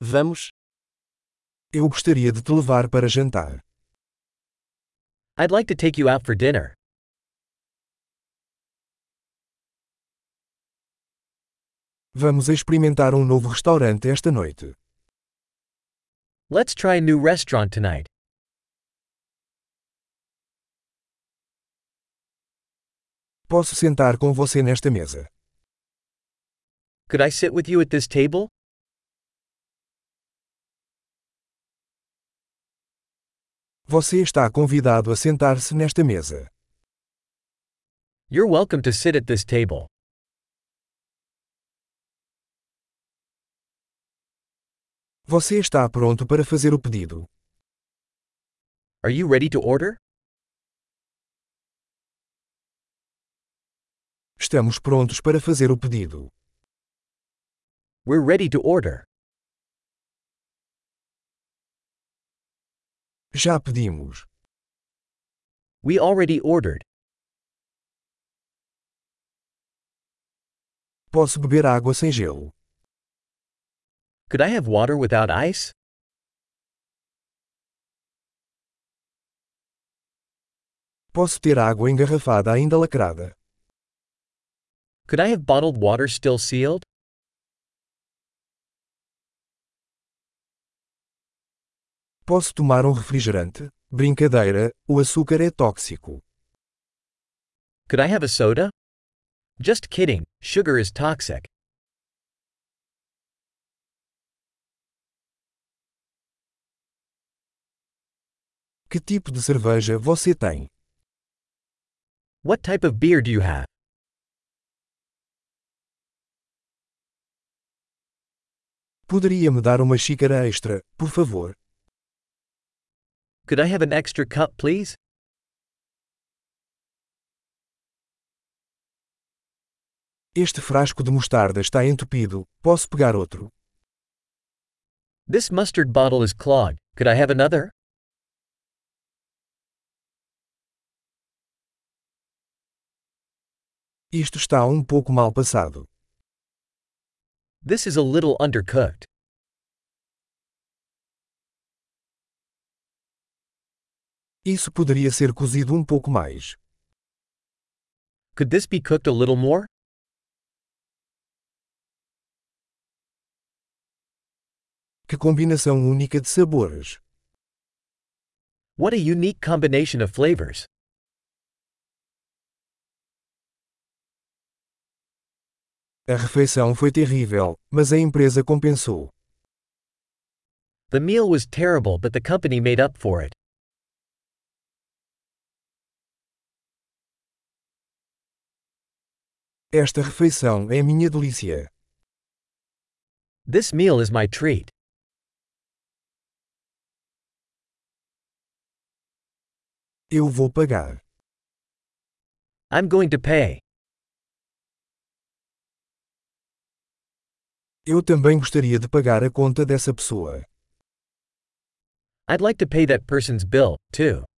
Vamos. Eu gostaria de te levar para jantar. I'd like to take you out for dinner. Vamos experimentar um novo restaurante esta noite. Let's try a new restaurant tonight. Posso sentar com você nesta mesa? Could I sit with you at this table? Você está convidado a sentar-se nesta mesa. You're welcome to sit at this table. Você está pronto para fazer o pedido? Are you ready to order? Estamos prontos para fazer o pedido. We're ready to order. Já pedimos. We already ordered. Posso beber água sem gelo? Could I have water without ice? Posso ter água engarrafada ainda lacrada? Could I have bottled water still sealed? Posso tomar um refrigerante? Brincadeira, o açúcar é tóxico. Could I have a soda? Just kidding, sugar is toxic. Que tipo de cerveja você tem? What type of beer do you have? Poderia me dar uma xícara extra, por favor? Could I have an extra cup, please? Este frasco de mostarda está entupido, posso pegar outro? This mustard bottle is clogged. Could I have another? Isto está um pouco mal passado. This is a little undercooked. Isso poderia ser cozido um pouco mais. Could this be cooked a little more? Que combinação única de sabores. What a unique combination of flavors. A refeição foi terrível, mas a empresa compensou. The meal was terrible, but the company made up for it. Esta refeição é minha delícia. This meal is my treat. Eu vou pagar. I'm going to pay. Eu também gostaria de pagar a conta dessa pessoa. I'd like to pay that person's bill, too.